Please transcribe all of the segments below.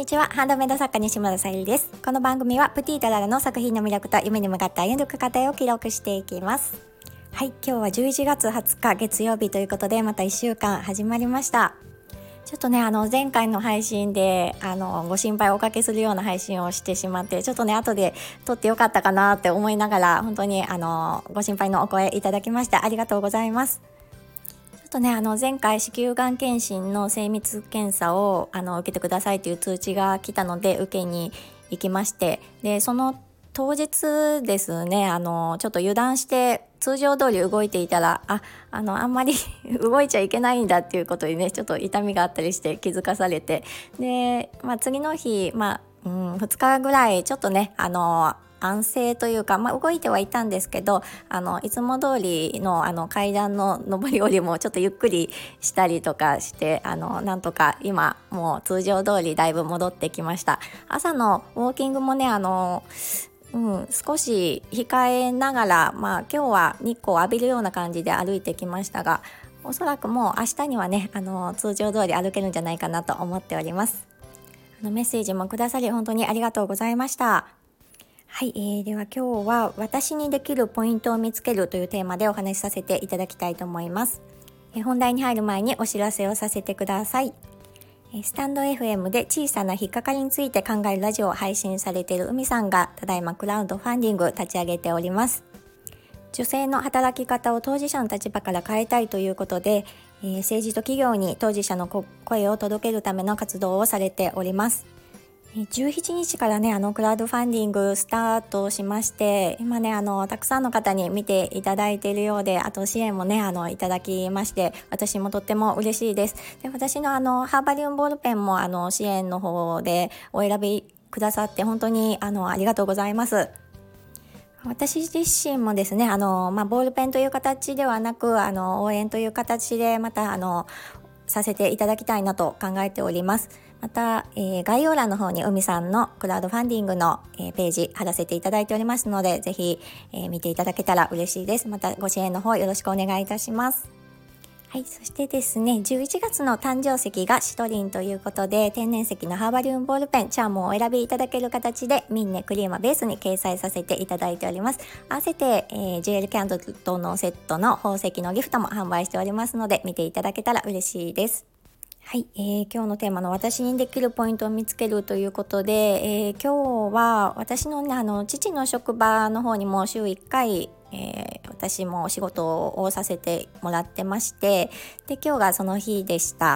にちは。ハンドメイド作家西村さゆりです。この番組はプティータララの作品の魅力と夢に向かって歩んでいく過程を記録していきます。はい、今日は11月20日月曜日ということで、また1週間始まりました。ちょっとね前回の配信でご心配をおかけするような配信をしてしまって、ちょっとね後で撮ってよかったかなって思いながら、本当にご心配のお声いただきましてありがとうございます。ちょっとね前回子宮がん検診の精密検査を受けてくださいという通知が来たので受けに行きまして、でその当日ですねちょっと油断して通常通り動いていたらあんまり動いちゃいけないんだっていうことにね、ちょっと痛みがあったりして気づかされて、で、次の日2日ぐらいちょっとね安静というか、動いてはいたんですけど、いつも通りの階段の上り下りもちょっとゆっくりしたりとかしてなんとか今もう通常通りだいぶ戻ってきました。朝のウォーキングもね少し控えながら、今日は日光を浴びるような感じで歩いてきましたが、おそらくもう明日にはね通常通り歩けるんじゃないかなと思っております。メッセージもくださり本当にありがとうございました。はい、では今日は私にできるポイントを見つけるというテーマでお話しさせていただきたいと思います。本題に入る前にお知らせをさせてください。スタンド FM で小さな引っかかりについて考えるラジオを配信されている海さんがただいまクラウドファンディング立ち上げております。女性の働き方を当事者の立場から変えたいということで、政治と企業に当事者の声を届けるための活動をされております。17日からねクラウドファンディングスタートしまして、今ねたくさんの方に見ていただいているようで、あと支援もねいただきまして、私もとっても嬉しいです。で、私のハーバリウムボールペンも支援の方でお選びくださって本当にありがとうございます。私自身もですねボールペンという形ではなく応援という形でまたさせていただきたいなと考えております。また、概要欄の方に海さんのクラウドファンディングの、ページ貼らせていただいておりますので、ぜひ、見ていただけたら嬉しいです。またご支援の方よろしくお願いいたします。はい、そしてですね11月の誕生石がシトリンということで、天然石のハーバリウムボールペンチャームをお選びいただける形でミンネクリーマベースに掲載させていただいております。合わせて、ジュエルキャンドルのセットの宝石のギフトも販売しておりますので、見ていただけたら嬉しいです。はい、今日のテーマの私にできるポイントを見つけるということで、今日は私のね父の職場の方にも週1回、私もお仕事をさせてもらってまして、で今日がその日でした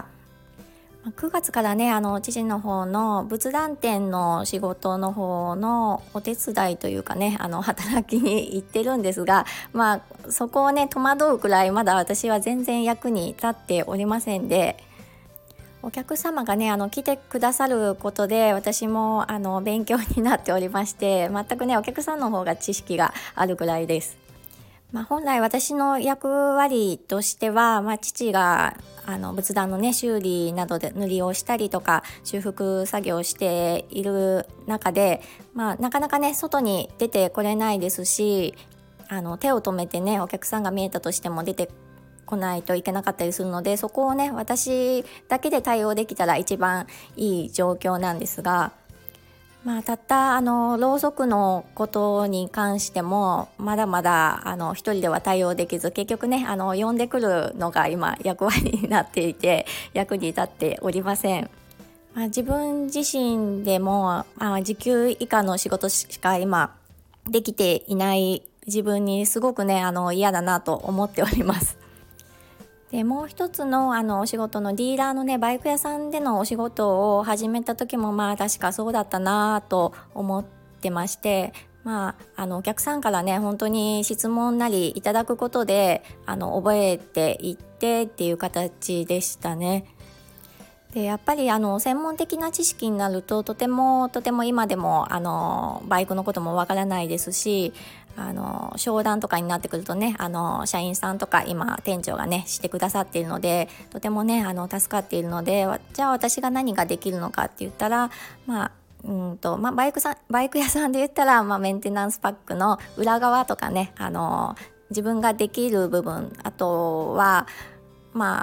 。9月からね父の方の仏壇店の仕事の方のお手伝いというかね働きに行ってるんですが、そこをね戸惑うくらいまだ私は全然役に立っておりませんで、お客様がね来てくださることで私も勉強になっておりまして、全くねお客さんの方が知識があるくらいです。本来私の役割としては、父が仏壇のね修理などで塗りをしたりとか修復作業をしている中で、なかなかね外に出てこれないですし、手を止めてねお客さんが見えたとしても出て来ないといけなかったりするので、そこをね私だけで対応できたら一番いい状況なんですが、たったろうそくのことに関してもまだまだ一人では対応できず、結局ね呼んでくるのが今役割になっていて役に立っておりません。自分自身でも、時給以下の仕事しか今できていない自分にすごくね嫌だなと思っております。でもう一つのお仕事のディーラーのねバイク屋さんでのお仕事を始めた時も確かそうだったなと思ってまして、お客さんからね本当に質問なりいただくことで覚えていってっていう形でしたね。でやっぱり専門的な知識になるととても今でもバイクのこともわからないですし、商談とかになってくるとね社員さんとか今店長がねしてくださっているので、とてもね助かっているので、じゃあ私が何ができるのかって言ったらバイク屋さんで言ったら、メンテナンスパックの裏側とかね自分ができる部分、あとは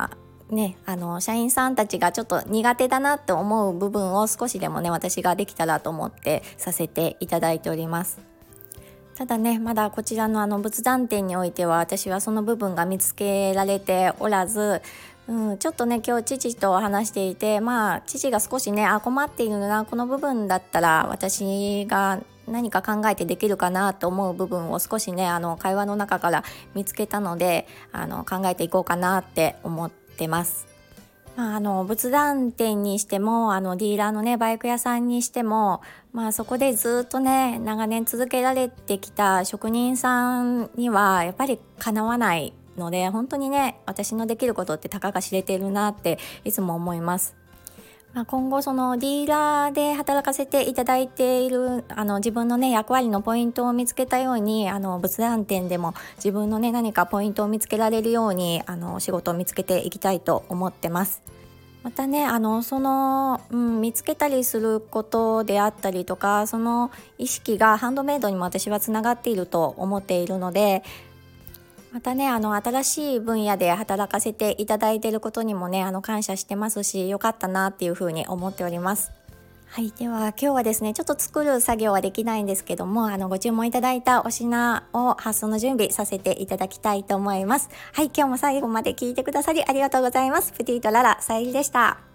ね、社員さんたちがちょっと苦手だなって思う部分を少しでもね、私ができたらと思ってさせていただいております。ただね、まだこちらの仏壇店においては私はその部分が見つけられておらず、ちょっとね今日父と話していて、父が少しね困っているな、この部分だったら私が何か考えてできるかなと思う部分を少しね会話の中から見つけたので考えていこうかなって思ってます。仏壇店にしてもディーラーのねバイク屋さんにしても、そこでずっとね長年続けられてきた職人さんにはやっぱりかなわないので、本当にね私のできることってたかが知れてるなっていつも思います。今後そのディーラーで働かせていただいている自分のね役割のポイントを見つけたように仏壇店でも自分のね何かポイントを見つけられるように仕事を見つけていきたいと思ってます。またね見つけたりすることであったりとか、その意識がハンドメイドにも私はつながっていると思っているので、またね新しい分野で働かせていただいていることにもね感謝してますし、よかったなっていうふうに思っております。はい、では今日はですねちょっと作る作業はできないんですけどもご注文いただいたお品を発送の準備させていただきたいと思います。はい、今日も最後まで聞いてくださりありがとうございます。プティとララさゆりでした。